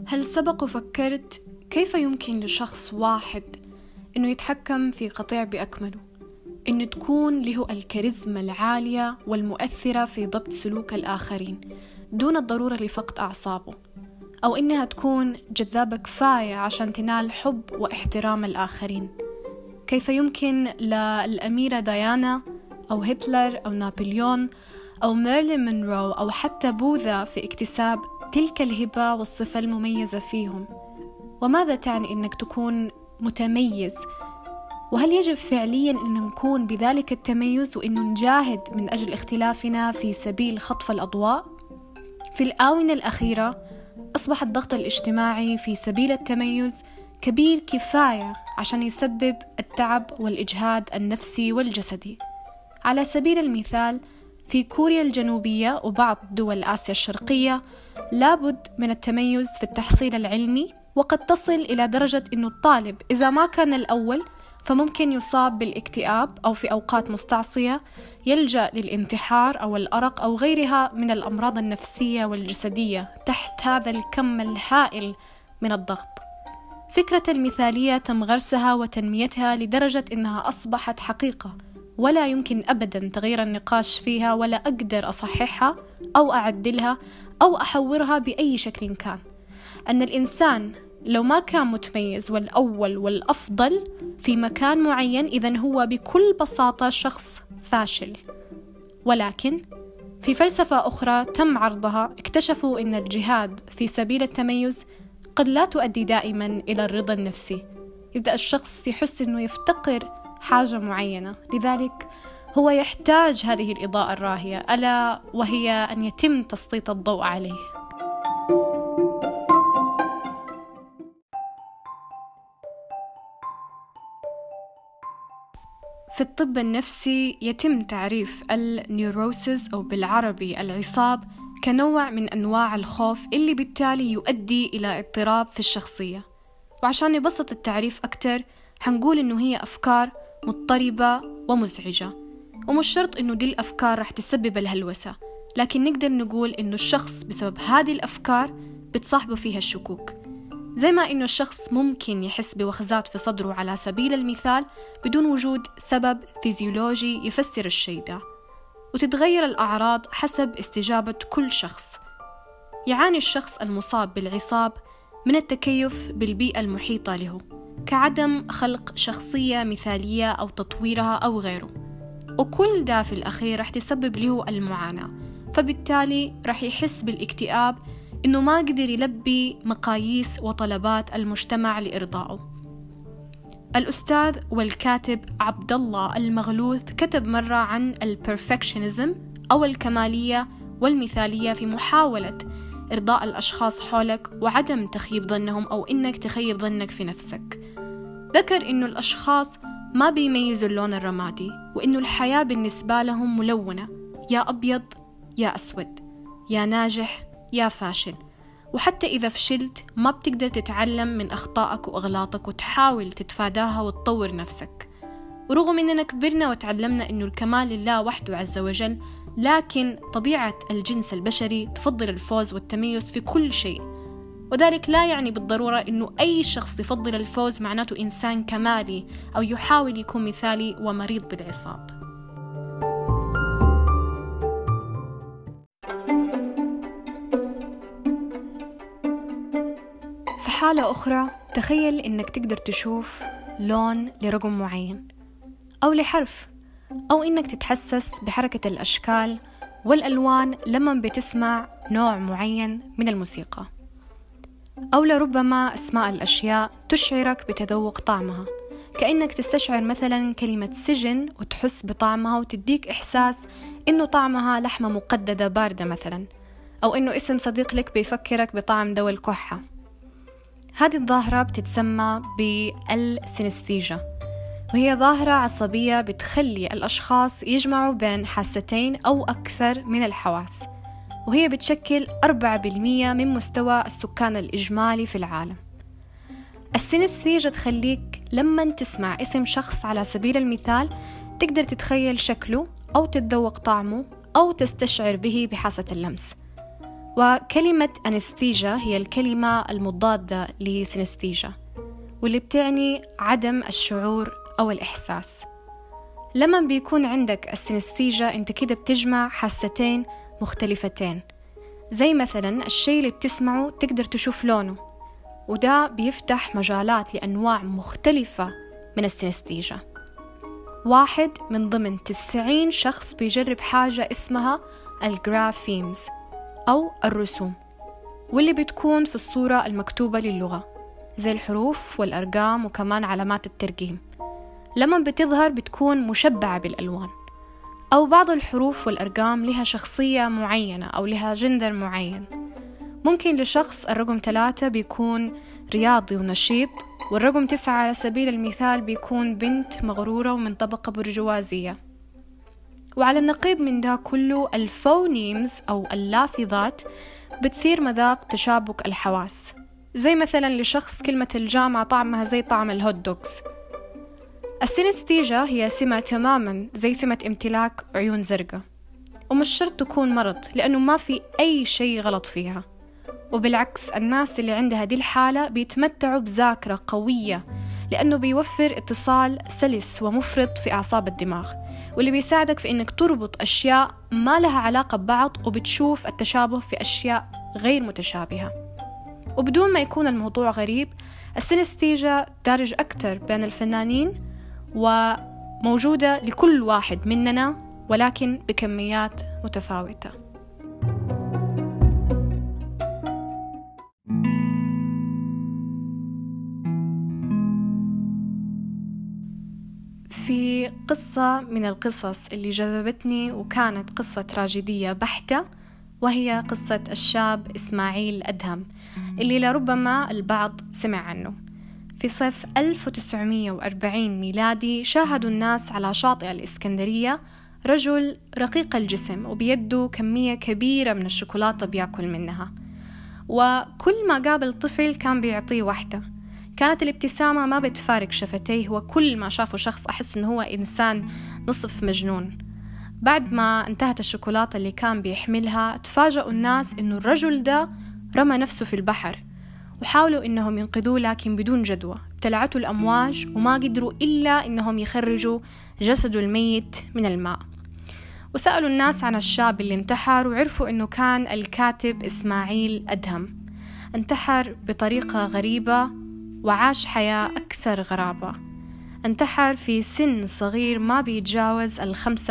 هل سبق وفكرت كيف يمكن لشخص واحد إنه يتحكم في قطيع بأكمله؟ إنه تكون له الكاريزما العالية والمؤثرة في ضبط سلوك الآخرين دون الضرورة لفقد أعصابه، أو إنها تكون جذابة كفاية عشان تنال حب واحترام الآخرين؟ كيف يمكن للأميرة ديانا أو هتلر أو نابليون أو ميرلين مونرو أو حتى بوذا في اكتساب تلك الهبة والصفة المميزة فيهم؟ وماذا تعني إنك تكون متميز؟ وهل يجب فعلياً أن نكون بذلك التميز وأنه نجاهد من أجل اختلافنا في سبيل خطف الأضواء؟ في الآونة الأخيرة أصبح الضغط الاجتماعي في سبيل التميز كبير كفاية عشان يسبب التعب والإجهاد النفسي والجسدي. على سبيل المثال، في كوريا الجنوبية وبعض دول آسيا الشرقية لابد من التميز في التحصيل العلمي، وقد تصل إلى درجة أنه الطالب إذا ما كان الأول فممكن يصاب بالاكتئاب، أو في أوقات مستعصية يلجأ للانتحار أو الأرق أو غيرها من الأمراض النفسية والجسدية تحت هذا الكم الهائل من الضغط. فكرة المثالية تم غرسها وتنميتها لدرجة أنها أصبحت حقيقة ولا يمكن أبدا تغيير النقاش فيها، ولا أقدر أصححها أو أعدلها أو أحورها بأي شكل كان. أن الإنسان لو ما كان متميز والأول والأفضل في مكان معين، إذن هو بكل بساطة شخص فاشل. ولكن في فلسفة أخرى تم عرضها اكتشفوا أن الجهاد في سبيل التميز قد لا تؤدي دائما إلى الرضا النفسي. يبدأ الشخص يحس أنه يفتقر حاجة معينة، لذلك هو يحتاج هذه الإضاءة الراهية، ألا وهي أن يتم تسليط الضوء عليه. في الطب النفسي يتم تعريف النيوروسيس أو بالعربي العصاب كنوع من أنواع الخوف اللي بالتالي يؤدي إلى اضطراب في الشخصية. وعشان نبسط التعريف أكتر هنقول إنه هي أفكار مضطربة ومزعجة، ومش شرط إنه دي الأفكار رح تسبب الهلوسة، لكن نقدر نقول إنه الشخص بسبب هذه الأفكار بتصاحبه فيها الشكوك. زي ما إنه الشخص ممكن يحس بوخزات في صدره على سبيل المثال بدون وجود سبب فيزيولوجي يفسر الشيء ده، وتتغير الأعراض حسب استجابة كل شخص. يعاني الشخص المصاب بالعصاب من التكيف بالبيئة المحيطة له، كعدم خلق شخصية مثالية أو تطويرها أو غيره، وكل ده في الأخير رح تسبب له المعاناة، فبالتالي رح يحس بالاكتئاب إنه ما قدر يلبي مقاييس وطلبات المجتمع لإرضائه. الأستاذ والكاتب عبد الله المغلوث كتب مرة عن البرفكشنزم أو الكمالية والمثالية في محاولة إرضاء الأشخاص حولك وعدم تخيب ظنهم أو إنك تخيب ظنك في نفسك. ذكر إنه الأشخاص ما بيميزوا اللون الرمادي، وإنه الحياة بالنسبة لهم ملونة، يا أبيض يا أسود، يا ناجح يا فاشل، وحتى إذا فشلت ما بتقدر تتعلم من أخطائك وأغلاطك وتحاول تتفاداها وتطور نفسك. ورغم إننا كبرنا وتعلمنا إنه الكمال لله وحده عز وجل، لكن طبيعة الجنس البشري تفضل الفوز والتميز في كل شيء، وذلك لا يعني بالضرورة إنه أي شخص يفضل الفوز معناته إنسان كمالي أو يحاول يكون مثالي ومريض بالعصاب. في حالة أخرى تخيل إنك تقدر تشوف لون لرقم معين أو لحرف، أو إنك تتحسس بحركة الأشكال والألوان لما بتسمع نوع معين من الموسيقى، أو لربما أسماء الأشياء تشعرك بتذوق طعمها، كأنك تستشعر مثلا كلمة سجن وتحس بطعمها وتديك إحساس إنه طعمها لحمة مقددة باردة مثلا، أو إنه اسم صديق لك بيفكرك بطعم دواء الكحة. هذه الظاهرة بتتسمى بالسينستيجا، وهي ظاهرة عصبية بتخلي الأشخاص يجمعوا بين حاستين أو أكثر من الحواس، وهي بتشكل 4% من مستوى السكان الإجمالي في العالم. السينستيجا تخليك لما تسمع اسم شخص على سبيل المثال تقدر تتخيل شكله أو تتذوق طعمه أو تستشعر به بحاسة اللمس. وكلمة أنستيجا هي الكلمة المضادة لسينستيجا، واللي بتعني عدم الشعور أو الإحساس. لما بيكون عندك السينستيجا أنت كده بتجمع حاستين مختلفتين، زي مثلا الشيء اللي بتسمعه تقدر تشوف لونه، وده بيفتح مجالات لأنواع مختلفة من السينستيجا. واحد من ضمن 90 شخص بيجرب حاجة اسمها الجرافيمز أو الرسوم، واللي بتكون في الصورة المكتوبة للغة زي الحروف والأرقام وكمان علامات الترقيم. لما بتظهر بتكون مشبعة بالألوان، أو بعض الحروف والأرقام لها شخصية معينة أو لها جندر معين. ممكن لشخص الرقم 3 بيكون رياضي ونشيط، والرقم 9 على سبيل المثال بيكون بنت مغرورة ومن طبقة برجوازية. وعلى النقيض من ده كله الفونيمز أو اللافظات بتثير مذاق تشابك الحواس، زي مثلا لشخص كلمة الجامعة طعمها زي طعم الهوت دوغز. السينستيجا هي سمة تماما زي سمة امتلاك عيون زرقاء، ومش شرط تكون مرض لأنه ما في أي شيء غلط فيها، وبالعكس الناس اللي عندها دي الحالة بيتمتعوا بذاكرة قوية لأنه بيوفر اتصال سلس ومفرط في أعصاب الدماغ، واللي بيساعدك في إنك تربط أشياء ما لها علاقة ببعض وبتشوف التشابه في أشياء غير متشابهة. وبدون ما يكون الموضوع غريب، السينستيجا دارج أكتر بين الفنانين وموجودة لكل واحد مننا، ولكن بكميات متفاوتة. في قصة من القصص اللي جذبتني وكانت قصة تراجيدية بحتة، وهي قصة الشاب إسماعيل أدهم اللي لربما البعض سمع عنه. في صيف 1940 ميلادي شاهدوا الناس على شاطئ الإسكندرية رجل رقيق الجسم وبيده كمية كبيرة من الشوكولاتة بياكل منها، وكل ما قابل طفل كان بيعطيه واحدة. كانت الابتسامة ما بتفارق شفتيه، وكل ما شافوا شخص أحس إنه هو إنسان نصف مجنون. بعد ما انتهت الشوكولاتة اللي كان بيحملها تفاجأوا الناس إنه الرجل ده رمى نفسه في البحر، وحاولوا إنهم ينقذوه لكن بدون جدوى. ابتلعته الأمواج وما قدروا إلا إنهم يخرجوا جسده الميت من الماء. وسألوا الناس عن الشاب اللي انتحر، وعرفوا إنه كان الكاتب إسماعيل أدهم. انتحر بطريقة غريبة وعاش حياة أكثر غرابة. انتحر في سن صغير ما بيتجاوز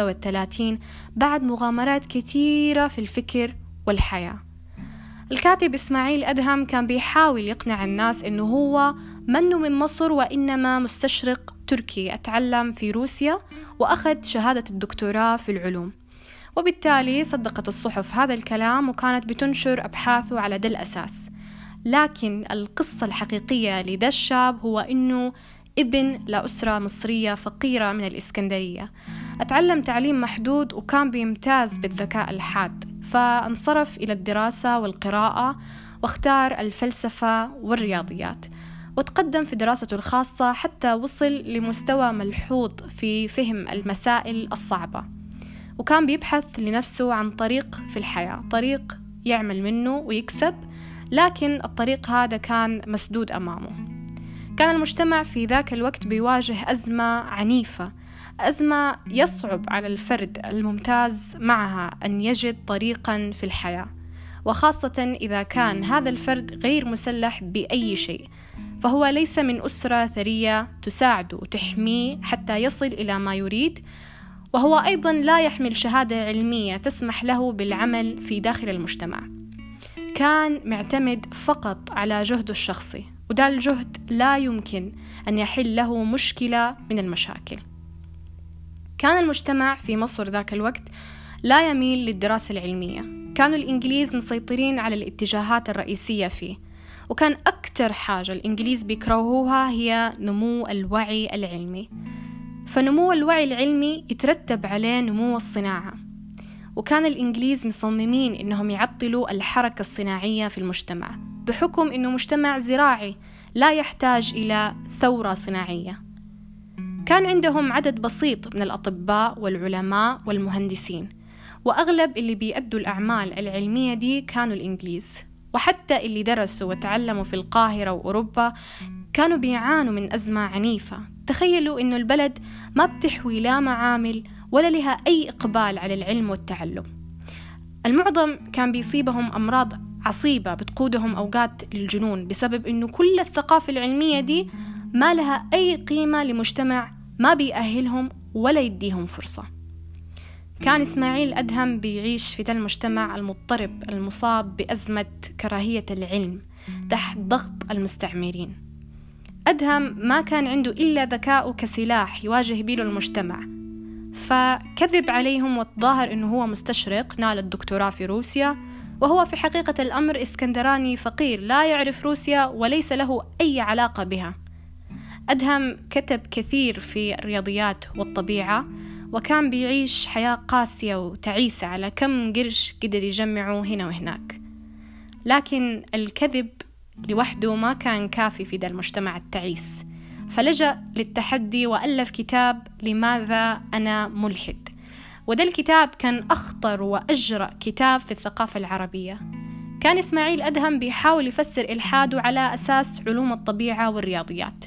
35 بعد مغامرات كثيرة في الفكر والحياة. الكاتب إسماعيل أدهم كان بيحاول يقنع الناس إنه هو منه من مصر، وإنما مستشرق تركي أتعلم في روسيا وأخذ شهادة الدكتوراه في العلوم. وبالتالي صدقت الصحف هذا الكلام وكانت بتنشر أبحاثه على ده الأساس. لكن القصة الحقيقية لده الشاب هو إنه ابن لأسرة مصرية فقيرة من الإسكندرية، أتعلم تعليم محدود وكان بيمتاز بالذكاء الحاد، فانصرف إلى الدراسة والقراءة واختار الفلسفة والرياضيات، وتقدم في دراسته الخاصة حتى وصل لمستوى ملحوظ في فهم المسائل الصعبة. وكان بيبحث لنفسه عن طريق في الحياة، طريق يعمل منه ويكسب، لكن الطريق هذا كان مسدود أمامه. كان المجتمع في ذاك الوقت بيواجه أزمة عنيفة، أزمة يصعب على الفرد الممتاز معها أن يجد طريقا في الحياة، وخاصة إذا كان هذا الفرد غير مسلح بأي شيء، فهو ليس من أسرة ثرية تساعده وتحميه حتى يصل إلى ما يريد، وهو أيضا لا يحمل شهادة علمية تسمح له بالعمل في داخل المجتمع. كان معتمد فقط على جهده الشخصي، وده الجهد لا يمكن أن يحل له مشكلة من المشاكل. كان المجتمع في مصر ذاك الوقت لا يميل للدراسة العلمية، كانوا الإنجليز مسيطرين على الاتجاهات الرئيسية فيه، وكان أكتر حاجة الإنجليز بيكرهوها هي نمو الوعي العلمي. فنمو الوعي العلمي يترتب عليه نمو الصناعة، وكان الإنجليز مصممين إنهم يعطلوا الحركة الصناعية في المجتمع بحكم إنه مجتمع زراعي لا يحتاج إلى ثورة صناعية. كان عندهم عدد بسيط من الأطباء والعلماء والمهندسين، وأغلب اللي بيأدوا الأعمال العلمية دي كانوا الإنجليز، وحتى اللي درسوا وتعلموا في القاهرة وأوروبا كانوا بيعانوا من أزمة عنيفة. تخيلوا إنه البلد ما بتحوي لا معامل ولا لها أي إقبال على العلم والتعلم. المعظم كان بيصيبهم أمراض عصيبة بتقودهم أوقات للجنون بسبب إنه كل الثقافة العلمية دي ما لها أي قيمة لمجتمع ما بيأهلهم ولا يديهم فرصة. كان إسماعيل أدهم بيعيش في ذا المجتمع المضطرب المصاب بأزمة كراهية العلم تحت ضغط المستعمرين. أدهم ما كان عنده إلا ذكاء كسلاح يواجه به المجتمع، فكذب عليهم وتظاهر إنه هو مستشرق نال الدكتوراه في روسيا، وهو في حقيقة الأمر إسكندراني فقير لا يعرف روسيا وليس له أي علاقة بها. أدهم كتب كثير في الرياضيات والطبيعة، وكان بيعيش حياة قاسية وتعيسة على كم قرش قدر يجمعه هنا وهناك. لكن الكذب لوحده ما كان كافي في ذا المجتمع التعيس، فلجأ للتحدي وألف كتاب لماذا أنا ملحد، وده الكتاب كان أخطر وأجرأ كتاب في الثقافة العربية. كان إسماعيل أدهم بيحاول يفسر إلحاده على أساس علوم الطبيعة والرياضيات.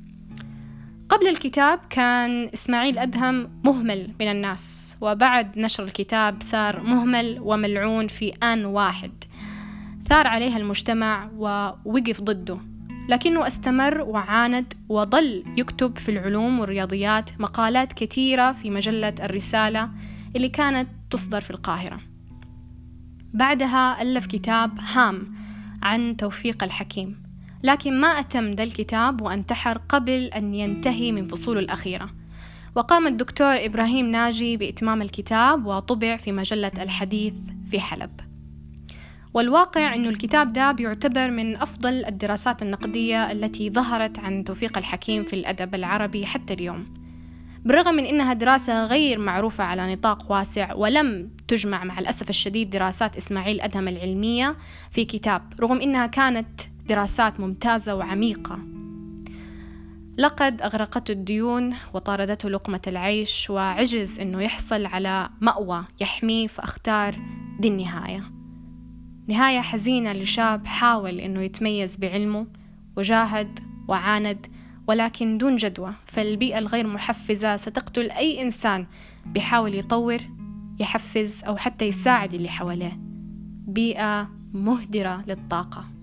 قبل الكتاب كان إسماعيل أدهم مهمل من الناس، وبعد نشر الكتاب صار مهمل وملعون في آن واحد. ثار عليها المجتمع ووقف ضده، لكنه استمر وعاند وظل يكتب في العلوم والرياضيات مقالات كثيرة في مجلة الرسالة اللي كانت تصدر في القاهرة. بعدها ألف كتاب هام عن توفيق الحكيم، لكن ما أتم ذا الكتاب وانتحر قبل أن ينتهي من فصوله الأخيرة. وقام الدكتور إبراهيم ناجي بإتمام الكتاب وطبع في مجلة الحديث في حلب. والواقع أنه الكتاب ده بيعتبر من أفضل الدراسات النقدية التي ظهرت عن توفيق الحكيم في الأدب العربي حتى اليوم، بالرغم من أنها دراسة غير معروفة على نطاق واسع، ولم تجمع مع الأسف الشديد دراسات إسماعيل أدهم العلمية في كتاب، رغم أنها كانت دراسات ممتازة وعميقة. لقد أغرقته الديون وطاردته لقمة العيش، وعجز أنه يحصل على مأوى يحميه، فاختار دي النهاية. نهاية حزينة لشاب حاول أنه يتميز بعلمه وجاهد وعاند، ولكن دون جدوى، فالبيئة الغير محفزة ستقتل أي إنسان بيحاول يطور، يحفز أو حتى يساعد اللي حواليه. بيئة مهدرة للطاقة.